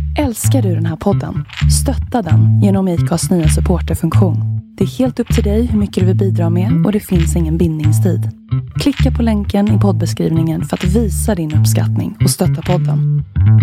Älskar du den här podden? Stötta den genom IKAs nya supporterfunktion. Det är helt upp till dig hur mycket du vill bidra med och det finns ingen bindningstid. Klicka på länken i poddbeskrivningen för att visa din uppskattning och stötta podden.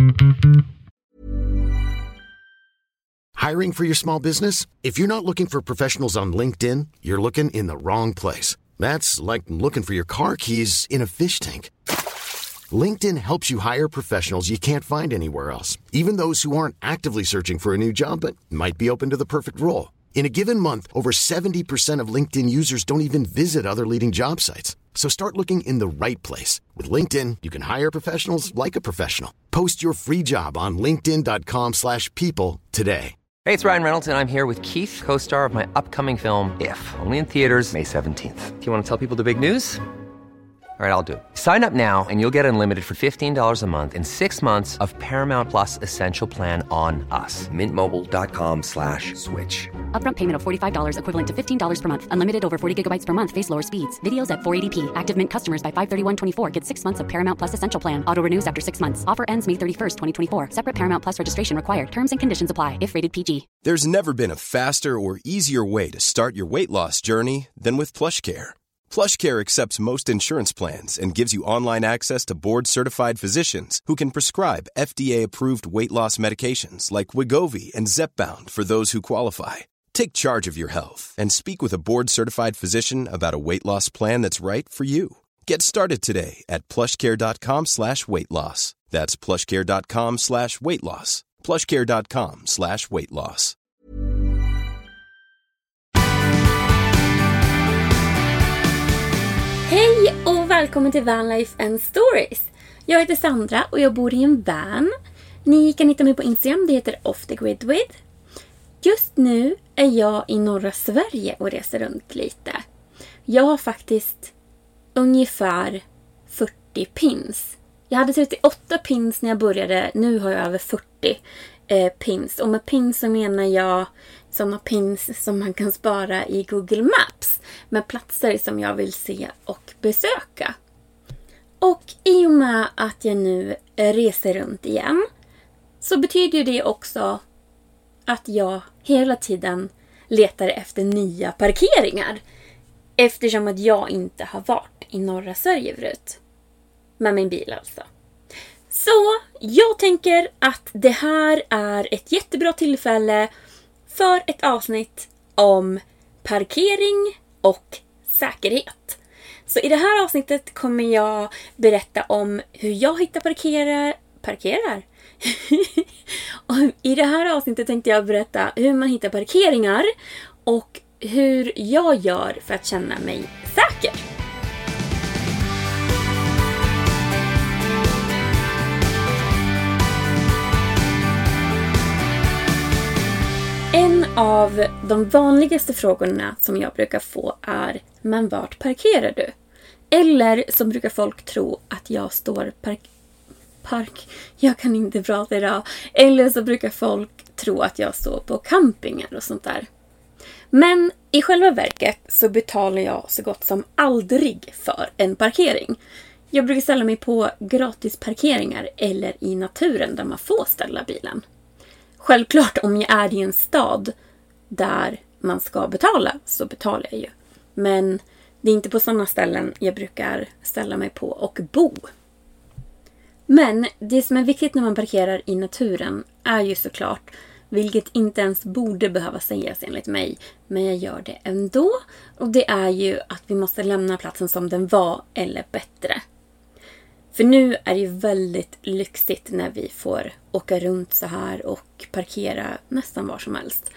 Hiring for your small business? If you're not looking for professionals on LinkedIn, you're looking in the wrong place. That's like looking for your car keys in a fish tank. LinkedIn helps you hire professionals you can't find anywhere else, even those who aren't actively searching for a new job but might be open to the perfect role. In a given month, over 70% of LinkedIn users don't even visit other leading job sites. So start looking in the right place. With LinkedIn, you can hire professionals like a professional. Post your free job on linkedin.com/people today. Hey, it's Ryan Reynolds, and I'm here with Keith, co-star of my upcoming film, If, only in theaters May 17th. Do you want to tell people the big news? All right, I'll do it. Sign up now and you'll get unlimited for $15 a month and 6 months of Paramount Plus Essential Plan on us. MintMobile.com/switch. Upfront payment of $45 equivalent to $15 per month. Unlimited over 40 gigabytes per month. Face lower speeds. Videos at 480p. Active Mint customers by 531.24 get 6 months of Paramount Plus Essential Plan. Auto renews after 6 months. Offer ends May 31st, 2024. Separate Paramount Plus registration required. Terms and conditions apply if rated PG. There's never been a faster or easier way to start your weight loss journey than with PlushCare. PlushCare accepts most insurance plans and gives you online access to board-certified physicians who can prescribe FDA-approved weight loss medications like Wegovy and Zepbound for those who qualify. Take charge of your health and speak with a board-certified physician about a weight loss plan that's right for you. Get started today at plushcare.com/weightloss. That's plushcare.com/weightloss. plushcare.com/weightloss. Hej och välkommen till Vanlife and Stories. Jag heter Sandra och jag bor i en van. Ni kan hitta mig på Instagram, det heter Off the Grid With. Just nu är jag i norra Sverige och reser runt lite. Jag har faktiskt ungefär 40 pins. Jag hade 38 pins när jag började, nu har jag över 40 pins. Och med pins så menar jag sådana pins som man kan spara i Google Maps med platser som jag vill se och besöka. Och i och med att jag nu reser runt igen så betyder det också att jag hela tiden letar efter nya parkeringar. Eftersom att jag inte har varit i norra Sverige förut. Med min bil alltså. Så jag tänker att det här är ett jättebra tillfälle för ett avsnitt om parkering och säkerhet. Så i det här avsnittet kommer jag berätta om hur jag hittar parkerar. Och i det här avsnittet tänkte jag berätta hur man hittar parkeringar och hur jag gör för att känna mig säker. En av de vanligaste frågorna som jag brukar få är: men vart parkerar du? Eller så brukar folk tro att jag står jag kan inte prata idag. Eller så brukar folk tro att jag står på campingar och sånt där. Men i själva verket så betalar jag så gott som aldrig för en parkering. Jag brukar ställa mig på gratisparkeringar eller i naturen där man får ställa bilen. Självklart om jag är i en stad där man ska betala så betalar jag ju. Men det är inte på sådana ställen jag brukar ställa mig på och bo. Men det som är viktigt när man parkerar i naturen är ju såklart, vilket inte ens borde behöva sägas enligt mig, men jag gör det ändå. Och det är ju att vi måste lämna platsen som den var eller bättre. För nu är det ju väldigt lyxigt när vi får åka runt så här och parkera nästan var som helst.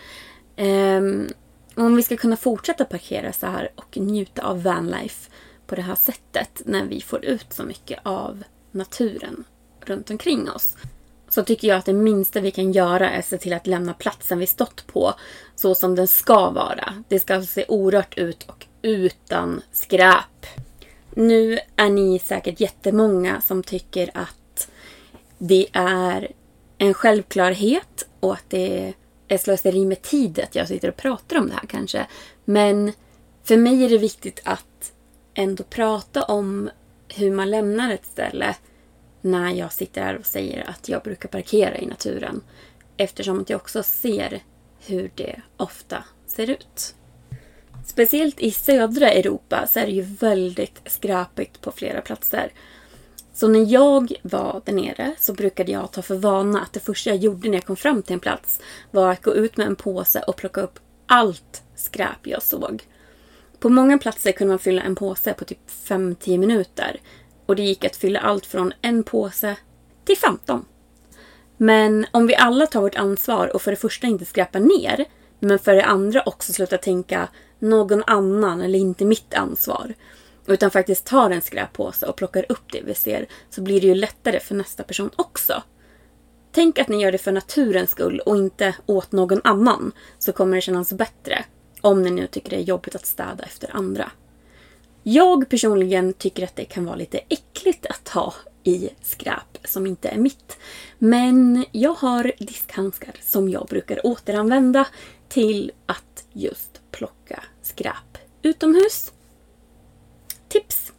Om vi ska kunna fortsätta parkera så här och njuta av vanlife på det här sättet när vi får ut så mycket av naturen runt omkring oss, så tycker jag att det minsta vi kan göra är att se till att lämna platsen vi stått på så som den ska vara. Det ska se orört ut och utan skräp. Nu är ni säkert jättemånga som tycker att det är en självklarhet och att det är slöseri med tid att jag sitter och pratar om det här kanske. Men för mig är det viktigt att ändå prata om hur man lämnar ett ställe när jag sitter här och säger att jag brukar parkera i naturen. Eftersom att jag också ser hur det ofta ser ut. Speciellt i södra Europa så är det ju väldigt skräpigt på flera platser. Så när jag var där nere så brukade jag ta för vana att det första jag gjorde när jag kom fram till en plats var att gå ut med en påse och plocka upp allt skräp jag såg. På många platser kunde man fylla en påse på typ 5-10 minuter. Och det gick att fylla allt från en påse till 15. Men om vi alla tar vårt ansvar och för det första inte skräpar ner, men för det andra också sluta tänka någon annan eller inte mitt ansvar, utan faktiskt tar en skräppåse och plockar upp det vi ser, så blir det ju lättare för nästa person också. Tänk att ni gör det för naturens skull och inte åt någon annan, så kommer det kännas bättre om ni nu tycker det är jobbigt att städa efter andra. Jag personligen tycker att det kan vara lite äckligt att ta i skräp som inte är mitt. Men jag har diskhandskar som jag brukar återanvända till att just plocka skräp utomhus. Tips!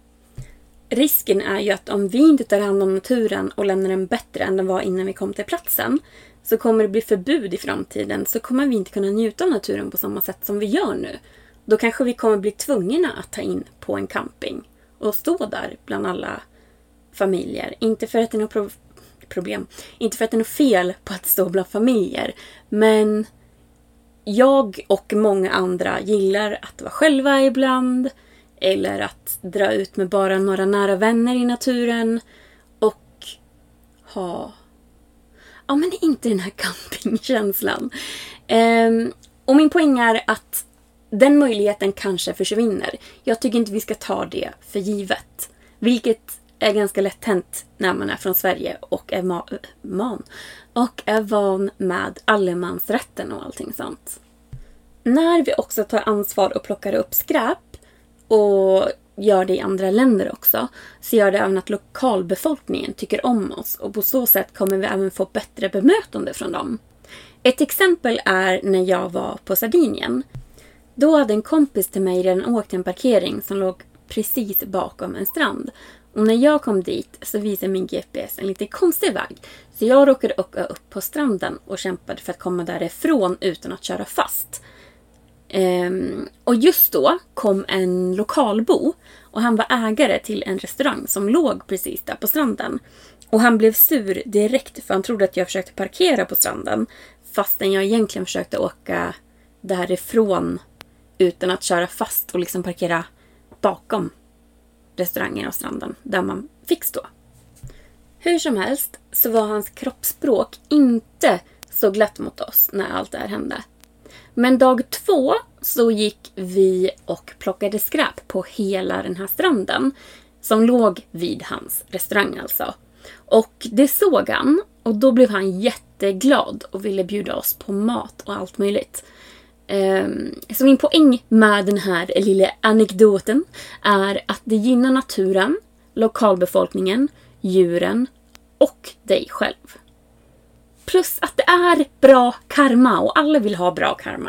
Risken är ju att om vi inte tar hand om naturen och lämnar den bättre än den var innan vi kom till platsen, så kommer det bli förbud i framtiden, så kommer vi inte kunna njuta av naturen på samma sätt som vi gör nu. Då kanske vi kommer bli tvungna att ta in på en camping och stå där bland alla familjer. Inte för att det är något problem. Inte för att det är något fel på att stå bland familjer. Men jag och många andra gillar att vara själva ibland. Eller att dra ut med bara några nära vänner i naturen. Och ha... Ja, men inte den här campingkänslan. Och min poäng är att den möjligheten kanske försvinner. Jag tycker inte vi ska ta det för givet. Vilket är ganska lätt hänt när man är från Sverige och är van med allemansrätten och allting sånt. När vi också tar ansvar och plockar upp skräp och gör det i andra länder också, så gör det även att lokalbefolkningen tycker om oss, och på så sätt kommer vi även få bättre bemötande från dem. Ett exempel är när jag var på Sardinien. Då hade en kompis till mig redan åkt till en parkering som låg precis bakom en strand. Och när jag kom dit så visade min GPS en lite konstig väg. Så jag råkade åka upp på stranden och kämpade för att komma därifrån utan att köra fast. Och just då kom en lokalbo, och han var ägare till en restaurang som låg precis där på stranden. Och han blev sur direkt för han trodde att jag försökte parkera på stranden, fastän jag egentligen försökte åka därifrån utan att köra fast och liksom parkera bakom restaurangen och stranden där man fick stå. Hur som helst så var hans kroppsspråk inte så glatt mot oss när allt det här hände. Men dag 2 så gick vi och plockade skräp på hela den här stranden som låg vid hans restaurang alltså. Och det såg han, och då blev han jätteglad och ville bjuda oss på mat och allt möjligt. Så min poäng med den här lilla anekdoten är att det gynnar naturen, lokalbefolkningen, djuren och dig själv. Plus att det är bra karma, och alla vill ha bra karma.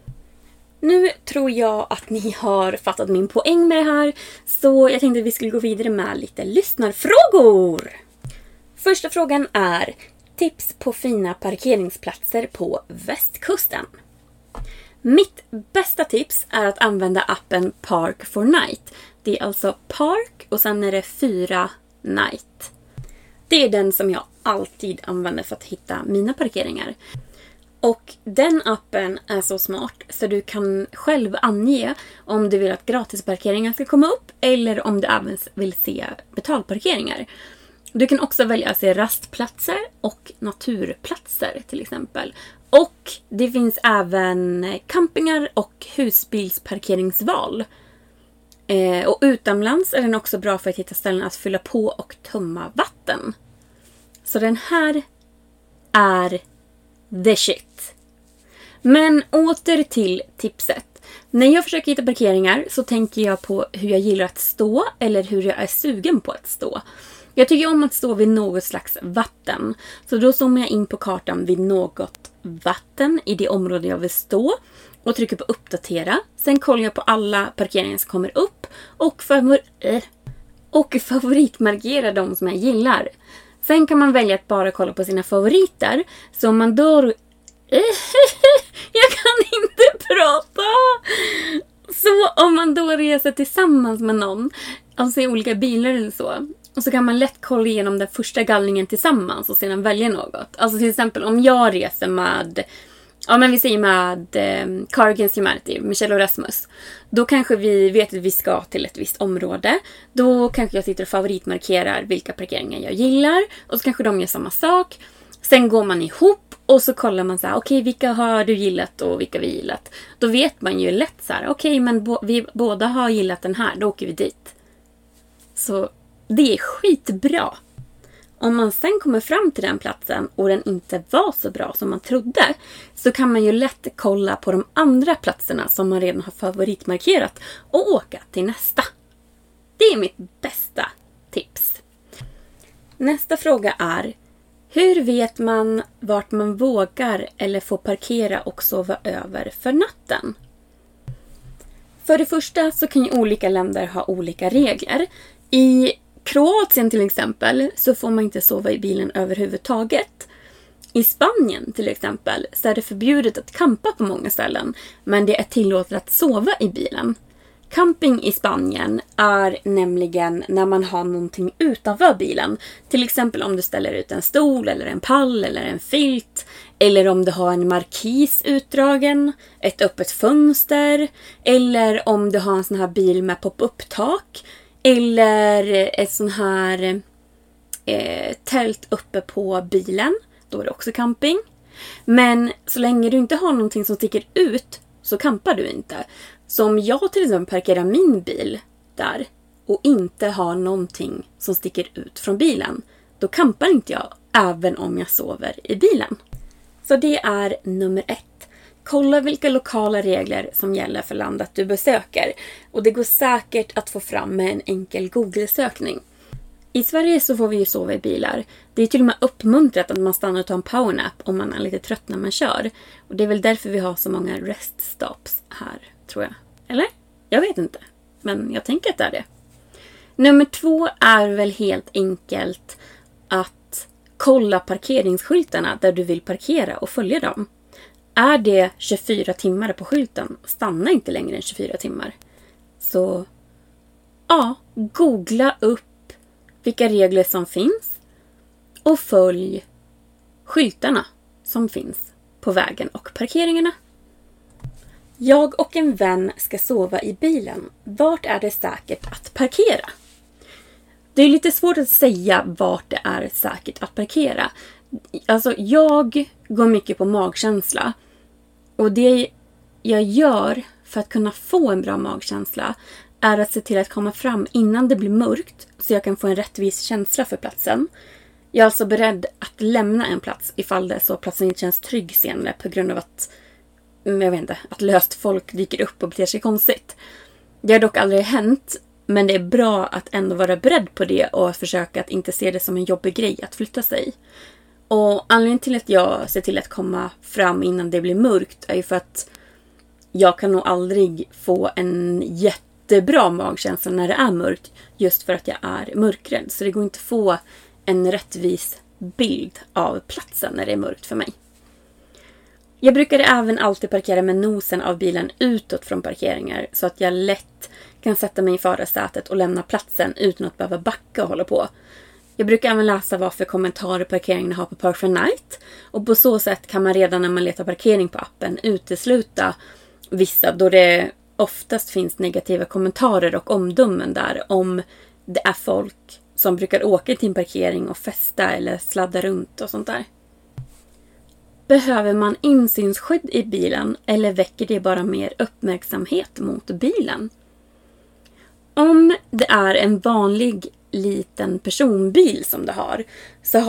Nu tror jag att ni har fattat min poäng med det här, så jag tänkte att vi skulle gå vidare med lite lyssnarfrågor. Första frågan är tips på fina parkeringsplatser på västkusten. Mitt bästa tips är att använda appen Park4Night. Det är alltså Park och sen är det 4 Night. Det är den som jag alltid använder för att hitta mina parkeringar. Och den appen är så smart så du kan själv ange om du vill att gratisparkeringar ska komma upp eller om du även vill se betalparkeringar. Du kan också välja att se rastplatser och naturplatser till exempel. Och det finns även campingar och husbilsparkeringsval. Och utomlands är den också bra för att hitta ställen att fylla på och tömma vatten. Så den här är the shit. Men åter till tipset. När jag försöker hitta parkeringar så tänker jag på hur jag gillar att stå eller hur jag är sugen på att stå. Jag tycker om att stå vid något slags vatten. Så då zoomar jag in på kartan vid något vatten i det område jag vill stå och trycker på uppdatera. Sen kollar jag på alla parkeringar som kommer upp och och favoritmarkera de som jag gillar. Sen kan man välja att bara kolla på sina favoriter. Så om man då... Jag kan inte prata! Så om man då reser tillsammans med någon, alltså i olika bilar eller så kan man lätt kolla igenom den första gallringen tillsammans och sedan välja något. Alltså till exempel om jag reser med... Ja, men vi säger med Car Against Humanity, Michelle och Rasmus. Då kanske vi vet att vi ska till ett visst område. Då kanske jag sitter och favoritmarkerar vilka parkeringar jag gillar. Och så kanske de gör samma sak. Sen går man ihop och så kollar man så här: okej, vilka har du gillat och vilka vi gillat? Då vet man ju lätt så här: okej, men vi båda har gillat den här, då åker vi dit. Så det är skitbra. Om man sen kommer fram till den platsen och den inte var så bra som man trodde, så kan man ju lätt kolla på de andra platserna som man redan har favoritmarkerat och åka till nästa. Det är mitt bästa tips. Nästa fråga är: hur vet man vart man vågar eller får parkera och sova över för natten? För det första så kan ju olika länder ha olika regler. I Kroatien till exempel så får man inte sova i bilen överhuvudtaget. I Spanien till exempel så är det förbjudet att campa på många ställen, men det är tillåtet att sova i bilen. Camping i Spanien är nämligen när man har någonting utanför bilen. Till exempel om du ställer ut en stol eller en pall eller en filt. Eller om du har en markis utdragen, ett öppet fönster. Eller om du har en sån här bil med pop-up-tak. Eller ett sån här tält uppe på bilen. Då är det också camping. Men så länge du inte har någonting som sticker ut så campar du inte. Så om jag till exempel parkerar min bil där och inte har någonting som sticker ut från bilen, då campar inte jag även om jag sover i bilen. Så det är nummer 1. Kolla vilka lokala regler som gäller för landet du besöker. Och det går säkert att få fram med en enkel Google-sökning. I Sverige så får vi ju sova i bilar. Det är till och med uppmuntrat att man stannar och tar en powernap om man är lite trött när man kör. Och det är väl därför vi har så många rest stops här, tror jag. Eller? Jag vet inte. Men jag tänker att det är det. Nummer 2 är väl helt enkelt att kolla parkeringsskyltarna där du vill parkera och följa dem. Är det 24 timmar på skylten, stanna inte längre än 24 timmar. Så ja, googla upp vilka regler som finns och följ skyltarna som finns på vägen och parkeringarna. Jag och en vän ska sova i bilen. Vart är det säkert att parkera? Det är lite svårt att säga vart det är säkert att parkera. Alltså jag går mycket på magkänsla. Och det jag gör för att kunna få en bra magkänsla är att se till att komma fram innan det blir mörkt så jag kan få en rättvis känsla för platsen. Jag är alltså beredd att lämna en plats ifall det är så platsen inte känns trygg senare på grund av att, jag vet inte, att löst folk dyker upp och beter sig konstigt. Det har dock aldrig hänt, men det är bra att ändå vara beredd på det och försöka att inte se det som en jobbig grej att flytta sig. Och anledningen till att jag ser till att komma fram innan det blir mörkt är ju för att jag kan nog aldrig få en jättebra magkänsla när det är mörkt just för att jag är mörkrädd. Så det går inte att få en rättvis bild av platsen när det är mörkt för mig. Jag brukade även alltid parkera med nosen av bilen utåt från parkeringar så att jag lätt kan sätta mig i förarsätet och lämna platsen utan att behöva backa och hålla på. Jag brukar även läsa vad för kommentarer parkeringarna har på Park for Night. Och på så sätt kan man redan när man letar parkering på appen utesluta vissa då det oftast finns negativa kommentarer och omdömen där om det är folk som brukar åka till en parkering och festa eller sladda runt och sånt där. Behöver man insynsskydd i bilen eller väcker det bara mer uppmärksamhet mot bilen? Om det är en vanlig liten personbil som det har så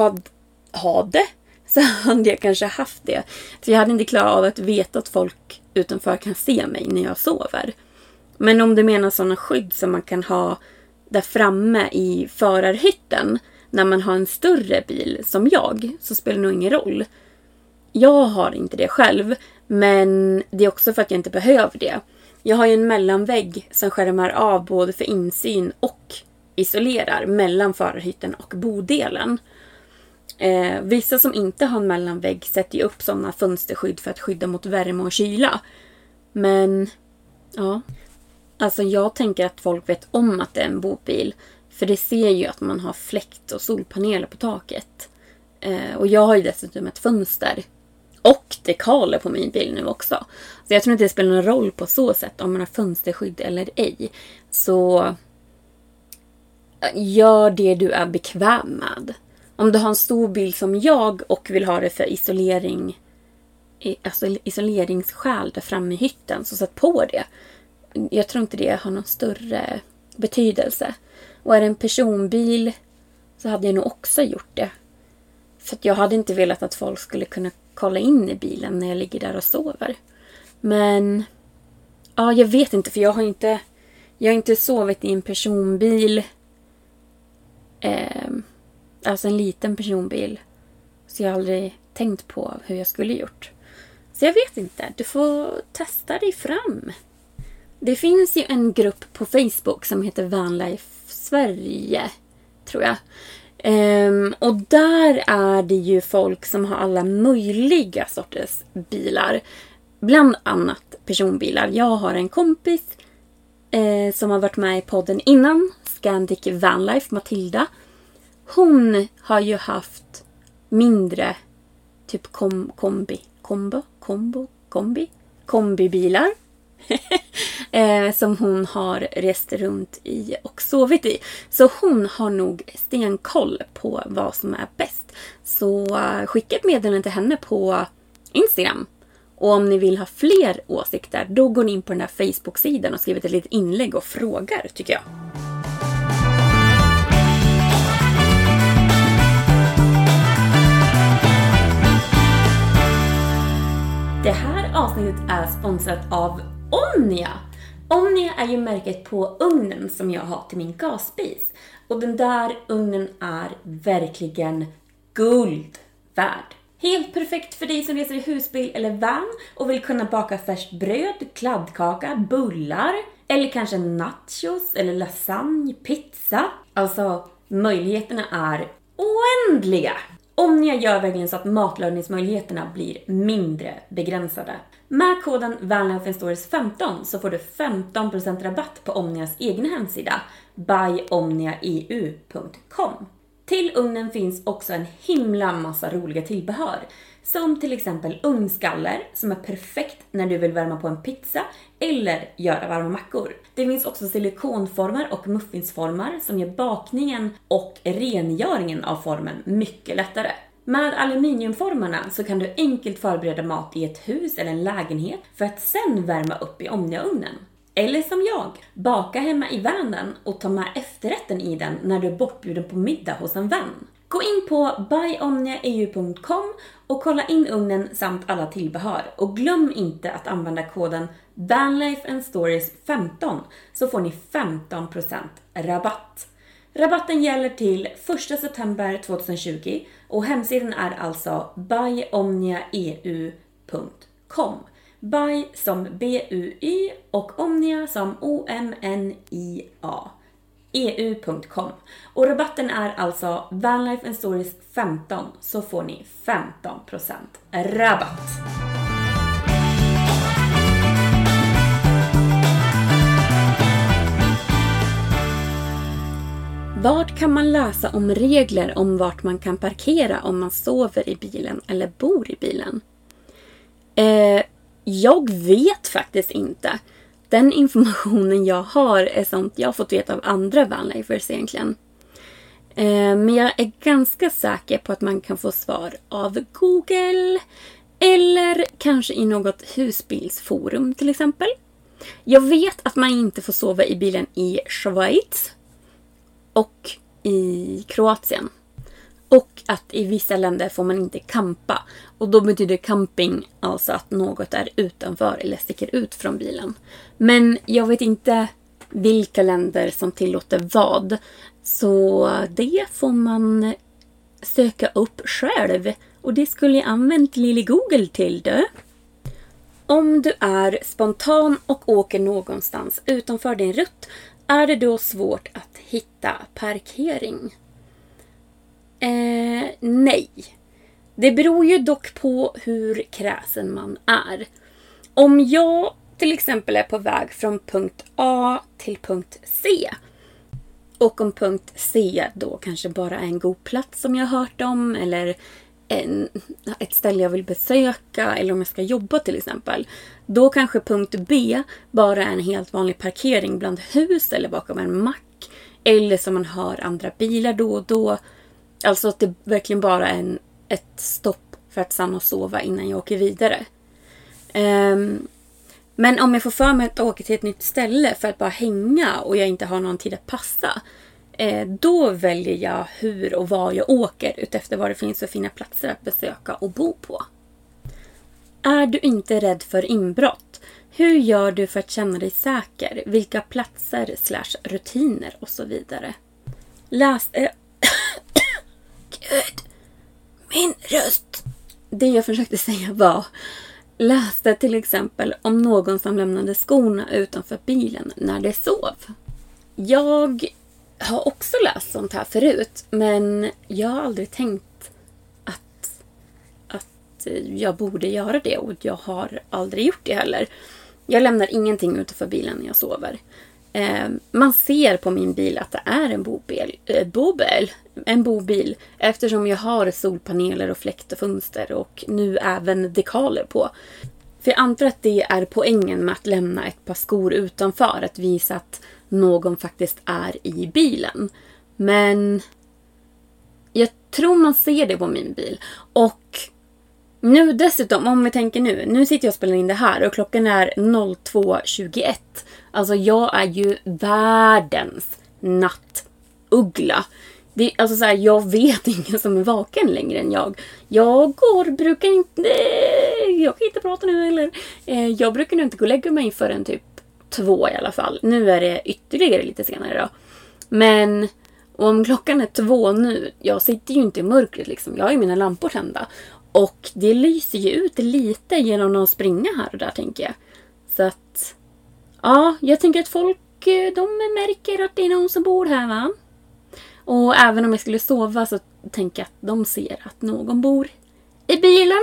hade jag kanske haft det. För jag hade inte klarat av att veta att folk utanför kan se mig när jag sover. Men om du menar sådana skydd som man kan ha där framme i förarhytten när man har en större bil som jag, så spelar det nog ingen roll. Jag har inte det själv, men det är också för att jag inte behöver det. Jag har ju en mellanvägg som skärmar av både för insyn och isolerar mellan förarhytten och bodelen. Vissa som inte har en mellanvägg sätter ju upp sådana fönsterskydd för att skydda mot värme och kyla. Men ja, alltså jag tänker att folk vet om att det är en bobil. För det ser ju att man har fläkt och solpaneler på taket. Och jag har ju dessutom ett fönster. Och dekaler på min bil nu också. Så jag tror inte det spelar någon roll på så sätt om man har fönsterskydd eller ej. Så gör det du är bekväm med. Om du har en stor bil som jag och vill ha det för isolering, alltså isoleringsskäl där framme i hytten, så sätt på det. Jag tror inte det har någon större betydelse. Och är det en personbil så hade jag nog också gjort det. För att jag hade inte velat att folk skulle kunna kolla in i bilen när jag ligger där och sover. Men ja, jag vet inte, för jag har inte sovit i en personbil. Alltså en liten personbil. Så jag har aldrig tänkt på hur jag skulle gjort. Så jag vet inte, du får testa dig fram. Det finns ju en grupp på Facebook som heter Vanlife Sverige, tror jag. Och där är det ju folk som har alla möjliga sorters bilar. Bland annat personbilar. Jag har en kompis som har varit med i podden innan. Scandic Vanlife, Matilda. Hon har ju haft mindre typ kombibilar. Som hon har rest runt i och sovit i. Så hon har nog stenkoll på vad som är bäst. Så skicka ett meddelande till henne på Instagram. Och om ni vill ha fler åsikter, då går ni in på den här Facebook-sidan och skriver ett litet inlägg och frågar, tycker jag. Det här avsnittet är sponsrat av Omnia. Omnia är ju märket på ugnen som jag har till min gasspis. Och den där ugnen är verkligen guld värd. Helt perfekt för dig som reser i husbil eller van och vill kunna baka färskt bröd, kladdkaka, bullar eller kanske nachos eller lasagne, pizza. Alltså, möjligheterna är oändliga. Omnia gör verkligen så att matlagningsmöjligheterna blir mindre begränsade. Med koden VanlifeandStories15 så får du 15% rabatt på Omnias egna hemsida byomniaeu.com. Till ugnen finns också en himla massa roliga tillbehör. Som till exempel ugnskaller som är perfekt när du vill värma på en pizza eller göra varma mackor. Det finns också silikonformar och muffinsformar som gör bakningen och rengöringen av formen mycket lättare. Med aluminiumformarna så kan du enkelt förbereda mat i ett hus eller en lägenhet för att sen värma upp i Omnia-ugnen. Eller som jag, baka hemma i vanen och ta med efterrätten i den när du är bortbjuden på middag hos en vän. Gå in på byomniaeu.com och kolla in ugnen samt alla tillbehör. Och glöm inte att använda koden VanlifeandStories15 så får ni 15% rabatt. Rabatten gäller till 1 september 2020 och hemsidan är alltså byomniaeu.com. By som B-U-Y och Omnia som O-M-N-I-A. EU.com. Och rabatten är alltså Vanlife and Stories 15 så får ni 15% rabatt. Vart kan man läsa om regler om vart man kan parkera om man sover i bilen eller bor i bilen? Jag vet faktiskt inte. Den informationen jag har är sånt jag har fått veta av andra vanlifers egentligen. Men jag är ganska säker på att man kan få svar av Google eller kanske i något husbilsforum till exempel. Jag vet att man inte får sova i bilen i Schweiz och i Kroatien. Och att i vissa länder får man inte campa. Och då betyder camping alltså att något är utanför eller sticker ut från bilen. Men jag vet inte vilka länder som tillåter vad. Så det får man söka upp själv. Och det skulle jag använt lille Google till det. Om du är spontan och åker någonstans utanför din rutt, Är det då svårt att hitta parkering? Nej. Det beror ju dock på hur kräsen man är. Om jag till exempel är på väg från punkt A till punkt C. Och om punkt C då kanske bara är en god plats som jag har hört om. Eller ett ställe jag vill besöka. Eller om jag ska jobba till exempel. Då kanske punkt B bara är en helt vanlig parkering bland hus eller bakom en mack. Eller som man hör andra bilar då och då. Alltså att det verkligen bara är ett stopp för att stanna och sova innan jag åker vidare. Men om jag får för mig att åka till ett nytt ställe för att bara hänga och jag inte har någon tid att passa. Då väljer jag hur och var jag åker utefter vad det finns för fina platser att besöka och bo på. Är du inte rädd för inbrott? Hur gör du för att känna dig säker? Vilka platser / rutiner och så vidare? Gud, min röst. Det jag försökte säga var: läste till exempel om någon som lämnade skorna utanför bilen när de sov. Jag har också läst sånt här förut, men jag har aldrig tänkt att jag borde göra det, och jag har aldrig gjort det heller. Jag lämnar ingenting utanför bilen när jag sover. Man ser på min bil att det är en bobil eftersom jag har solpaneler och fläkt och fönster och nu även dekaler på. För jag antar att det är poängen med att lämna ett par skor utanför, att visa att någon faktiskt är i bilen. Men jag tror man ser det på min bil. Och nu dessutom, om vi tänker nu sitter jag och spelar in det här och klockan är 02:21. Alltså jag är ju världens nattuggla. Alltså så här, jag vet ingen som är vaken längre än jag. Jag kan inte prata nu eller. Jag brukar nog inte gå och lägga mig förrän typ 2 i alla fall. Nu är det ytterligare lite senare då. Men om klockan är 2 nu, jag sitter ju inte i mörkret liksom. Jag har ju mina lampor tända. Och det lyser ju ut lite genom att springa här och där, tänker jag. Så att, ja, jag tänker att folk, de märker att det är någon som bor här, va? Och även om jag skulle sova så tänker jag att de ser att någon bor i bilen.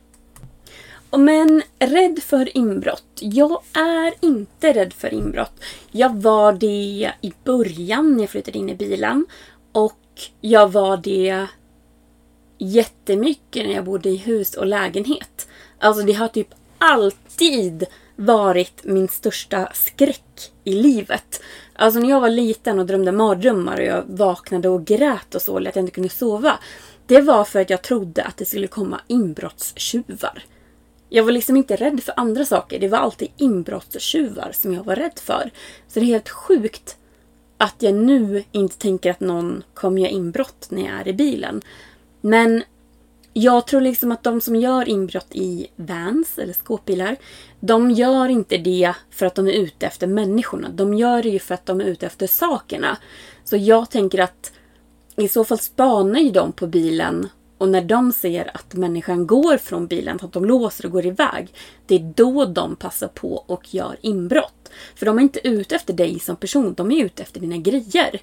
Men rädd för inbrott. Jag är inte rädd för inbrott. Jag var det i början när jag flyttade in i bilen. Och jag var det jättemycket när jag bodde i hus och lägenhet. Alltså det har typ alltid varit min största skräck i livet. Alltså när jag var liten och drömde mardrömmar och jag vaknade och grät och så, eller att jag inte kunde sova. Det var för att jag trodde att det skulle komma inbrottstjuvar. Jag var liksom inte rädd för andra saker. Det var alltid inbrottstjuvar som jag var rädd för. Så det är helt sjukt att jag nu inte tänker att någon kommer göra inbrott när jag är i bilen. Men jag tror liksom att de som gör inbrott i vans eller skåpbilar, de gör inte det för att de är ute efter människorna. De gör det ju för att de är ute efter sakerna. Så jag tänker att i så fall spanar ju de på bilen. Och när de ser att människan går från bilen, att de låser och går iväg, det är då de passar på och gör inbrott. För de är inte ute efter dig som person, de är ute efter dina grejer.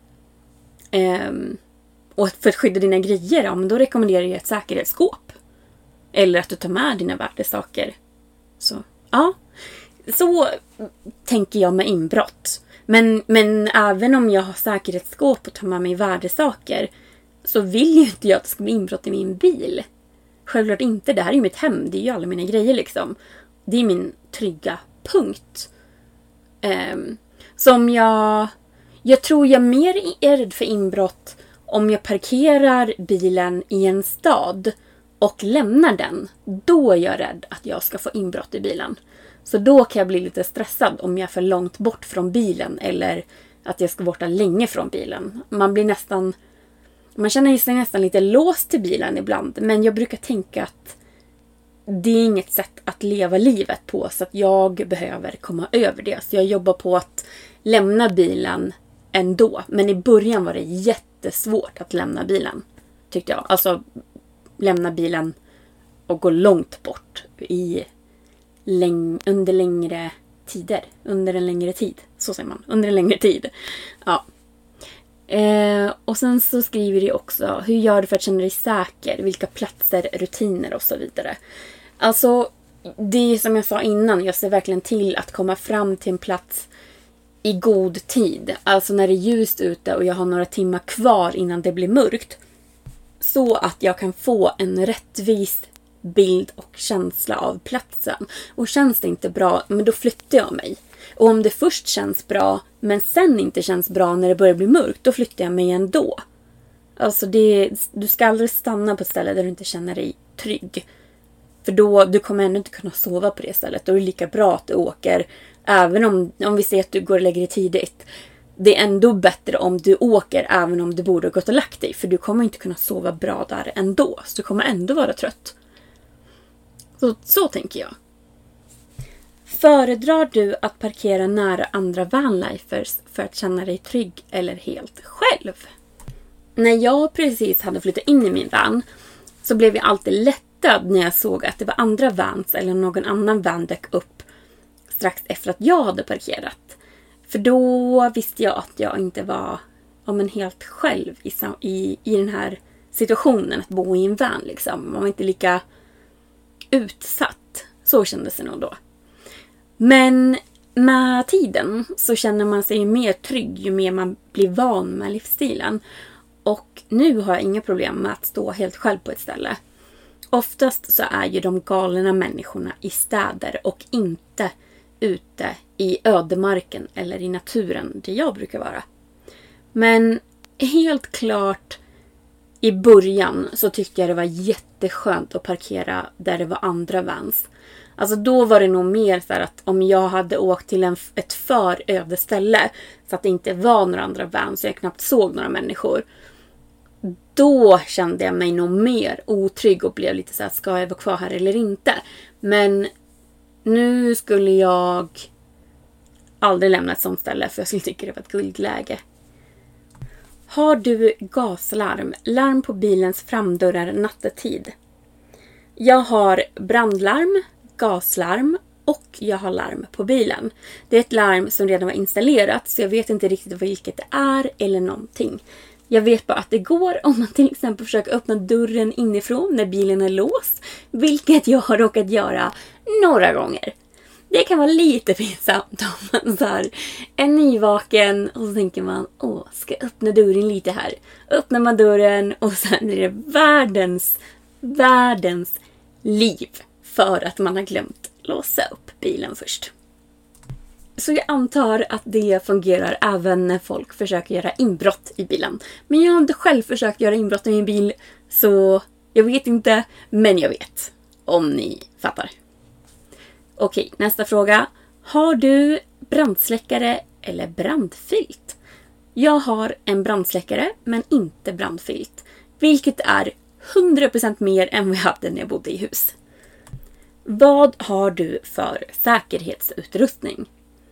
Och för att skydda dina grejer, ja, men då rekommenderar jag ett säkerhetsskåp. Eller att du tar med dina värdesaker. Så, ja. Så tänker jag med inbrott. Men även om jag har säkerhetsskåp och tar med mig värdesaker, så vill ju inte jag att det ska bli inbrott i min bil. Självklart inte. Det här är ju mitt hem. Det är ju alla mina grejer liksom. Det är min trygga punkt. Som jag tror jag mer är rädd för inbrott om jag parkerar bilen i en stad och lämnar den. Då är jag rädd att jag ska få inbrott i bilen. Så då kan jag bli lite stressad om jag är för långt bort från bilen. Eller att jag ska borta länge från bilen. Man känner sig nästan lite låst till bilen ibland. Men jag brukar tänka att det är inget sätt att leva livet på. Så att jag behöver komma över det. Så jag jobbar på att lämna bilen ändå. Men i början var det jättesvårt att lämna bilen, tyckte jag. Alltså lämna bilen och gå långt bort under längre tider. Under en längre tid. Så säger man. Under en längre tid. Ja. Och sen så skriver det också, hur gör du för att känna dig säker? Vilka platser, rutiner och så vidare. Alltså, det är som jag sa innan, jag ser verkligen till att komma fram till en plats i god tid. Alltså när det är ljust ute och jag har några timmar kvar innan det blir mörkt. Så att jag kan få en rättvis bild och känsla av platsen. Och känns det inte bra, men då flyttar jag mig. Och om det först känns bra, men sen inte känns bra när det börjar bli mörkt, då flyttar jag mig ändå. Alltså du ska aldrig stanna på ett ställe där du inte känner dig trygg. För då du kommer ändå inte kunna sova på det stället. Då är det lika bra att du åker, även om vi ser att du går och lägger dig tidigt. Det är ändå bättre om du åker även om du borde ha gått och lagt dig. För du kommer inte kunna sova bra där ändå. Så du kommer ändå vara trött. Så tänker jag. Föredrar du att parkera nära andra vanlifers för att känna dig trygg eller helt själv? När jag precis hade flyttat in i min van så blev jag alltid lättad när jag såg att det var andra vans eller någon annan van dök upp strax efter att jag hade parkerat. För då visste jag att jag inte var helt själv i den här situationen att bo i en van. Liksom. Man var inte lika utsatt. Så kändes det nog då. Men med tiden så känner man sig mer trygg ju mer man blir van med livsstilen. Och nu har jag inga problem med att stå helt själv på ett ställe. Oftast så är ju de galna människorna i städer och inte ute i ödemarken eller i naturen där jag brukar vara. Men helt klart i början så tyckte jag det var jätteskönt att parkera där det var andra vans. Alltså då var det nog mer så här att om jag hade åkt till ett för öde ställe så att det inte var några andra vans så jag knappt såg några människor. Då kände jag mig nog mer otrygg och blev lite så här, ska jag vara kvar här eller inte? Men nu skulle jag aldrig lämna ett sånt ställe för jag skulle tycka det var ett guldläge. Har du gaslarm, larm på bilens framdörrar nattetid? Jag har brandlarm, gaslarm och jag har larm på bilen. Det är ett larm som redan var installerat så jag vet inte riktigt vilket det är eller någonting. Jag vet bara att det går om man till exempel försöker öppna dörren inifrån när bilen är låst. Vilket jag har råkat göra några gånger. Det kan vara lite pinsamt om man så här är nyvaken och så tänker man, ska jag öppna dörren lite här. Öppnar man dörren och sen är det världens liv för att man har glömt låsa upp bilen först. Så jag antar att det fungerar även när folk försöker göra inbrott i bilen. Men jag har inte själv försökt göra inbrott i min bil så jag vet inte, men jag vet. Om ni fattar. Okej, nästa fråga. Har du brandsläckare eller brandfilt? Jag har en brandsläckare men inte brandfilt. Vilket är 100% mer än vad jag hade när jag bodde i hus. Vad har du för säkerhetsutrustning?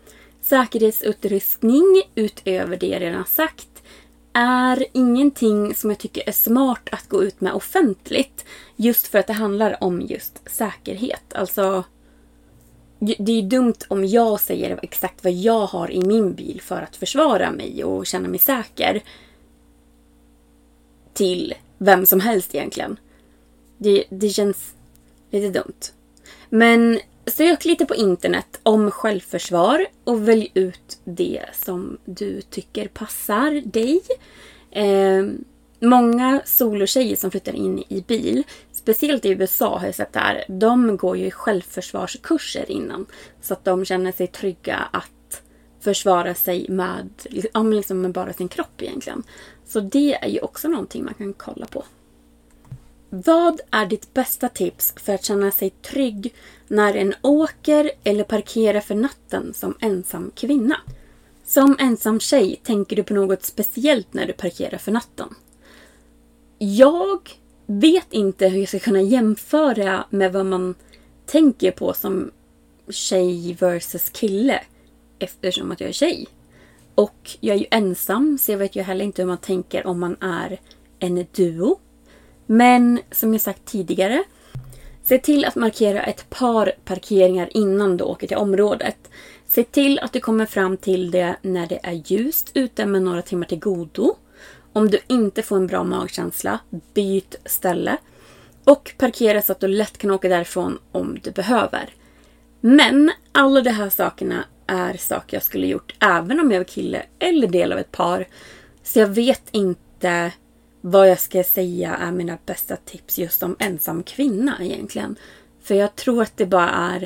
Säkerhetsutrustning, utöver det jag redan sagt, är ingenting som jag tycker är smart att gå ut med offentligt. Just för att det handlar om just säkerhet. Alltså, det är dumt om jag säger exakt vad jag har i min bil för att försvara mig och känna mig säker. Till vem som helst egentligen. Det känns lite dumt. Men sök lite på internet om självförsvar och välj ut det som du tycker passar dig. Många solotjejer som flyttar in i bil, speciellt i USA har jag sett där, de går ju självförsvarskurser innan. Så att de känner sig trygga att försvara sig med bara sin kropp egentligen. Så det är ju också någonting man kan kolla på. Vad är ditt bästa tips för att känna sig trygg när en åker eller parkerar för natten som ensam kvinna? Som ensam tjej, tänker du på något speciellt när du parkerar för natten? Jag vet inte hur jag ska kunna jämföra med vad man tänker på som tjej versus kille. Eftersom att jag är tjej. Och jag är ju ensam så jag vet ju heller inte hur man tänker om man är en duo. Men som jag sagt tidigare, se till att markera ett par parkeringar innan du åker till området. Se till att du kommer fram till det när det är ljust ute med några timmar till godo. Om du inte får en bra magkänsla, byt ställe. Och parkera så att du lätt kan åka därifrån om du behöver. Men alla de här sakerna är saker jag skulle gjort även om jag var kille eller del av ett par. Så jag vet inte vad jag ska säga är mina bästa tips just som ensam kvinna egentligen. För jag tror att det bara är...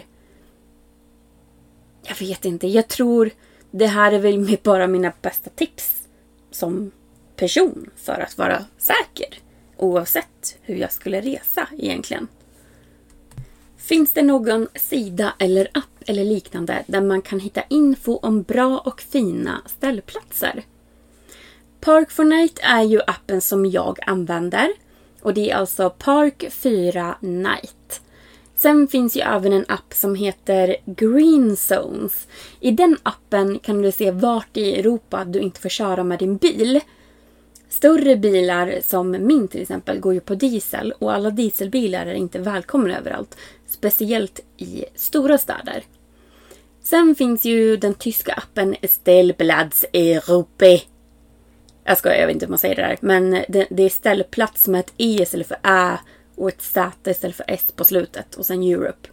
Jag vet inte. Jag tror det här är väl bara mina bästa tips som person för att vara säker. Oavsett hur jag skulle resa egentligen. Finns det någon sida eller app eller liknande där man kan hitta info om bra och fina ställplatser? Park4Night är ju appen som jag använder. Och det är alltså Park4Night. Sen finns ju även en app som heter Green Zones. I den appen kan du se vart i Europa du inte får köra med din bil. Större bilar som min till exempel går ju på diesel och alla dieselbilar är inte välkomna överallt. Speciellt i stora städer. Sen finns ju den tyska appen Stellplatz Europa. Jag vet inte hur man säger det där. Men det är ställplats med ett E istället för Ä och ett Z istället för S på slutet. Och sen Europe.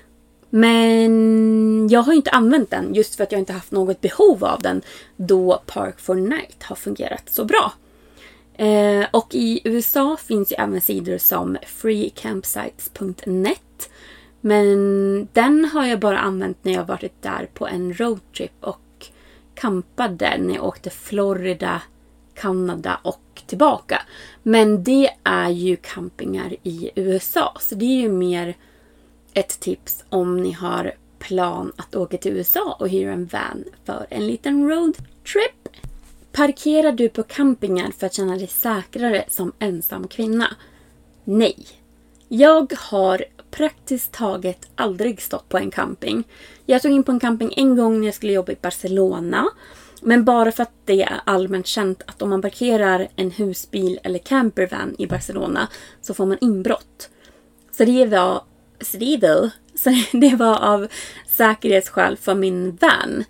Men jag har inte använt den just för att jag inte haft något behov av den då Park4Night har fungerat så bra. Och i USA finns ju även sidor som freecampsites.net. Men den har jag bara använt när jag varit där på en roadtrip och campade när jag åkte Florida, Kanada och tillbaka. Men det är ju campingar i USA. Så det är ju mer ett tips om ni har plan att åka till USA och hyra en van för en liten roadtrip. Parkerar du på campingar för att känna dig säkrare som ensam kvinna? Nej. Jag har praktiskt taget aldrig stått på en camping. Jag tog in på en camping en gång när jag skulle jobba i Barcelona. Men bara för att det är allmänt känt att om man parkerar en husbil eller campervan i Barcelona så får man inbrott. Så det var av säkerhetsskäl för min van.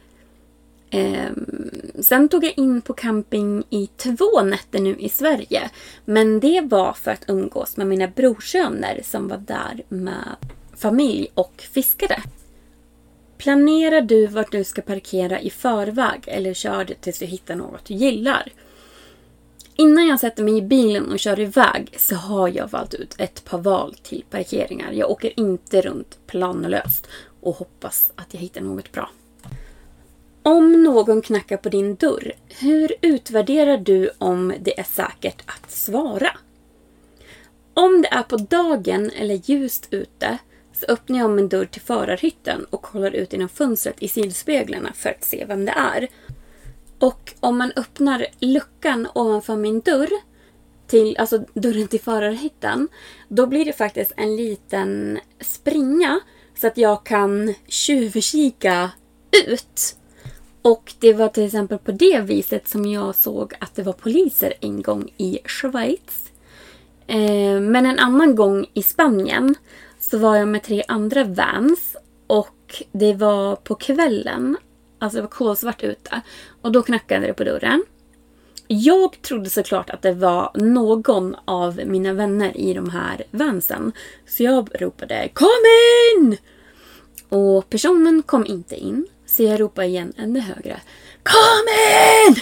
Sen tog jag in på camping i 2 nätter nu i Sverige. Men det var för att umgås med mina brorsöner som var där med familj och fiskade. Planerar du vart du ska parkera i förväg eller kör du tills du hittar något du gillar? Innan jag sätter mig i bilen och kör iväg så har jag valt ut ett par val till parkeringar. Jag åker inte runt planlöst och hoppas att jag hittar något bra. Om någon knackar på din dörr, hur utvärderar du om det är säkert att svara? Om det är på dagen eller ljust ute så öppnar jag min dörr till förarhytten och kollar ut genom fönstret i sidspeglarna för att se vem det är. Och om man öppnar luckan ovanför min dörr, alltså dörren till förarhytten, då blir det faktiskt en liten springa så att jag kan tjuvkika ut. Och det var till exempel på det viset som jag såg att det var poliser en gång i Schweiz. Men en annan gång i Spanien så var jag med 3 andra vans och det var på kvällen, alltså det var kolsvart ute och då knackade det på dörren. Jag trodde såklart att det var någon av mina vänner i de här vansen, så jag ropade "Kom in!" och personen kom inte in, så jag ropade igen ännu högre "Kom in!"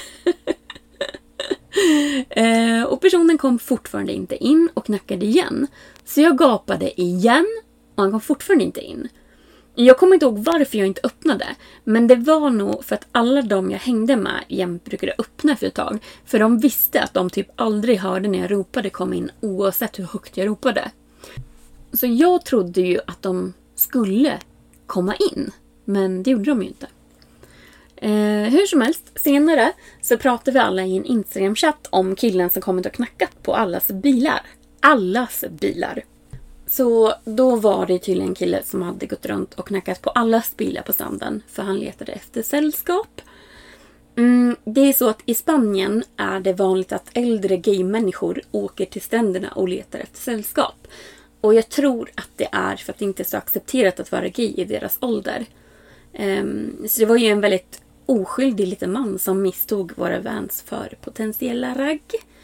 Och personen kom fortfarande inte in och knackade igen. Så jag gapade igen och han kom fortfarande inte in. Jag kommer inte ihåg varför jag inte öppnade. Men det var nog för att alla de jag hängde med jämt brukade öppna för ett tag. För de visste att de typ aldrig hörde när jag ropade kom in oavsett hur högt jag ropade. Så jag trodde ju att de skulle komma in. Men det gjorde de ju inte. Hur som helst, senare så pratade vi alla i en Instagram-chatt om killen som kommit och knackat på allas bilar. Allas bilar. Så då var det tydligen en kille som hade gått runt och knackat på allas bilar på stranden. För han letade efter sällskap. Det är så att i Spanien är det vanligt att äldre gay-människor åker till stränderna och letar efter sällskap. Och jag tror att det är för att det inte är så accepterat att vara gay i deras ålder. Så det var ju en väldigt oskyldig liten man som misstog våra Vans för potentiella ragg.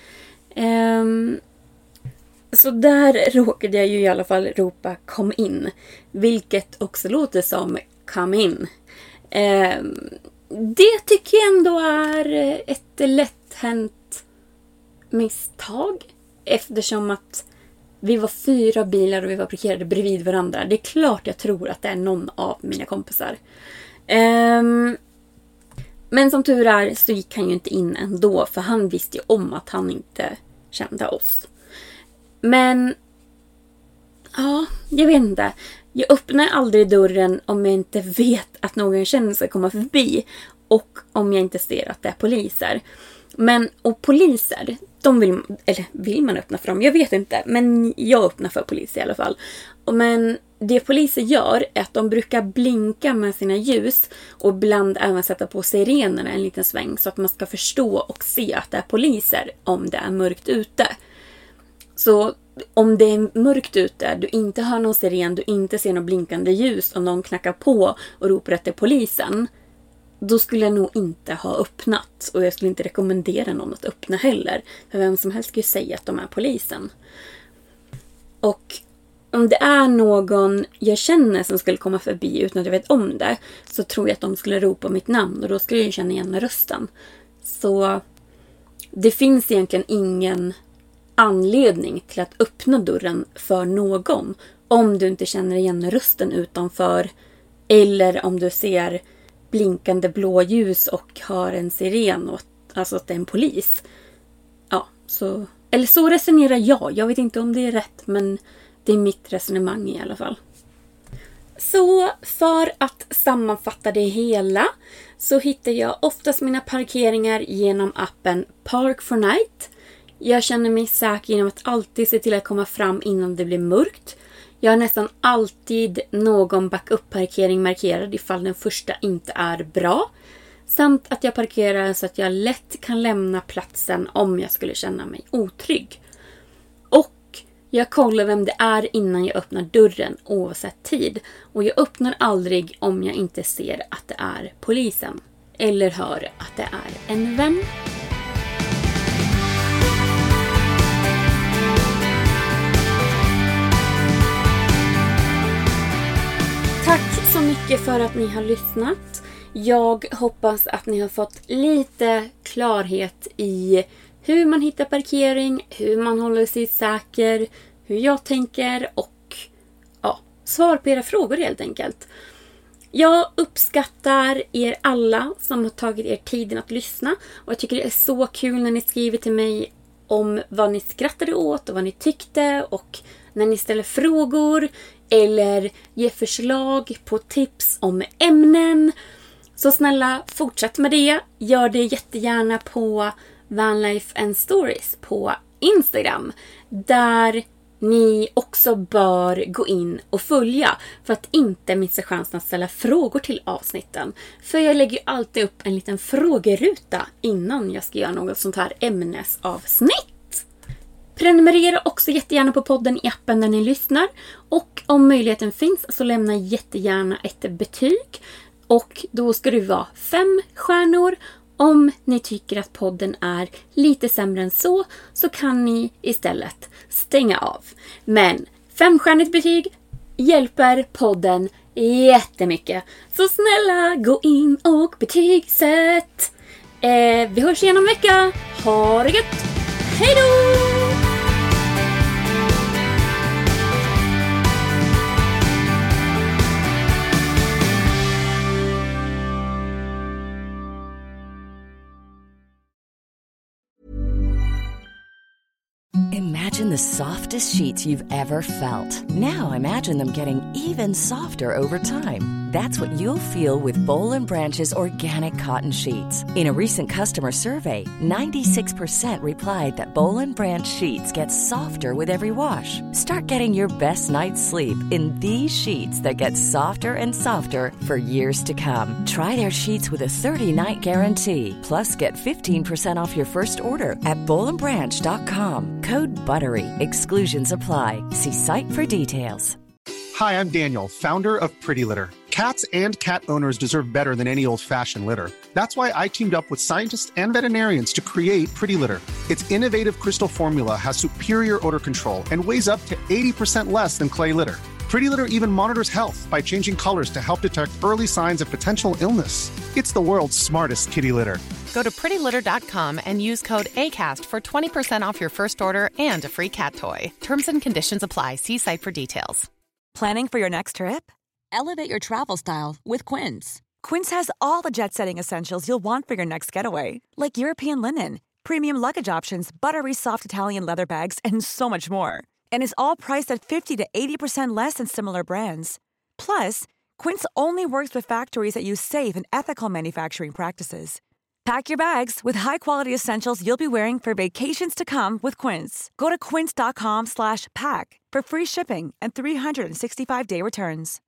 Så där råkade jag ju i alla fall ropa kom in. Vilket också låter som come in. Det tycker jag ändå är ett lätt hänt misstag. Eftersom att vi var 4 bilar och vi var parkerade bredvid varandra. Det är klart jag tror att det är någon av mina kompisar. Men som tur är så gick han ju inte in ändå. För han visste ju om att han inte kände oss. Men ja, jag vet inte. Jag öppnar aldrig dörren om jag inte vet att någon känner sig komma förbi. Och om jag inte ser att det är poliser. Och poliser, de vill man öppna för dem? Jag vet inte, men jag öppnar för poliser i alla fall. Men det poliser gör är att de brukar blinka med sina ljus och ibland även sätta på sirenerna en liten sväng så att man ska förstå och se att det är poliser om det är mörkt ute. Så om det är mörkt ute, du inte hör någon siren, du inte ser någon blinkande ljus och någon knackar på och ropar att det är polisen, då skulle jag nog inte ha öppnat. Och jag skulle inte rekommendera någon att öppna heller. För vem som helst skulle säga att de är polisen. Och om det är någon jag känner som skulle komma förbi utan att jag vet om det, så tror jag att de skulle ropa mitt namn och då skulle jag känna igen rösten. Så det finns egentligen ingen anledning till att öppna dörren för någon om du inte känner igen rösten utanför, eller om du ser blinkande blåljus och hör en siren och alltså att det är en polis. Ja, så eller så resonerar jag. Jag vet inte om det är rätt, men det är mitt resonemang i alla fall. Så för att sammanfatta det hela så hittar jag oftast mina parkeringar genom appen Park4Night. Jag känner mig säker genom att alltid se till att komma fram innan det blir mörkt. Jag har nästan alltid någon backup-parkering markerad ifall den första inte är bra. Samt att jag parkerar så att jag lätt kan lämna platsen om jag skulle känna mig otrygg. Och jag kollar vem det är innan jag öppnar dörren oavsett tid. Och jag öppnar aldrig om jag inte ser att det är polisen. Eller hör att det är en vän. Tack så mycket för att ni har lyssnat. Jag hoppas att ni har fått lite klarhet i hur man hittar parkering, hur man håller sig säker, hur jag tänker och svar på era frågor helt enkelt. Jag uppskattar er alla som har tagit er tiden att lyssna och jag tycker det är så kul när ni skriver till mig om vad ni skrattade åt och vad ni tyckte och när ni ställer frågor eller ger förslag på tips om ämnen. Så snälla, fortsätt med det. Gör det jättegärna på Vanlife and Stories på Instagram. Där ni också bör gå in och följa för att inte missa chansen att ställa frågor till avsnitten. För jag lägger ju alltid upp en liten frågeruta innan jag ska göra något sånt här ämnesavsnitt. Prenumerera också jättegärna på podden i appen där ni lyssnar. Och om möjligheten finns så lämna jättegärna ett betyg. Och då ska det vara 5 stjärnor. Om ni tycker att podden är lite sämre än så kan ni istället stänga av. Men 5-stjärnigt betyg hjälper podden jättemycket. Så snälla, gå in och betygsätt. Vi hörs igen om en vecka. Ha det gött. Hej då! Imagine the softest sheets you've ever felt. Now imagine them getting even softer over time. That's what you'll feel with Boll & Branch's organic cotton sheets. In a recent customer survey, 96% replied that Boll & Branch sheets get softer with every wash. Start getting your best night's sleep in these sheets that get softer and softer for years to come. Try their sheets with a 30-night guarantee. Plus, get 15% off your first order at bollandbranch.com. Code BUTTERY. Exclusions apply. See site for details. Hi, I'm Daniel, founder of Pretty Litter. Cats and cat owners deserve better than any old-fashioned litter. That's why I teamed up with scientists and veterinarians to create Pretty Litter. Its innovative crystal formula has superior odor control and weighs up to 80% less than clay litter. Pretty Litter even monitors health by changing colors to help detect early signs of potential illness. It's the world's smartest kitty litter. Go to prettylitter.com and use code ACAST for 20% off your first order and a free cat toy. Terms and conditions apply. See site for details. Planning for your next trip? Elevate your travel style with Quince. Quince has all the jet-setting essentials you'll want for your next getaway, like European linen, premium luggage options, buttery soft Italian leather bags, and so much more. And is all priced at 50 to 80% less than similar brands. Plus, Quince only works with factories that use safe and ethical manufacturing practices. Pack your bags with high-quality essentials you'll be wearing for vacations to come with Quince. Go to quince.com/pack for free shipping and 365-day returns.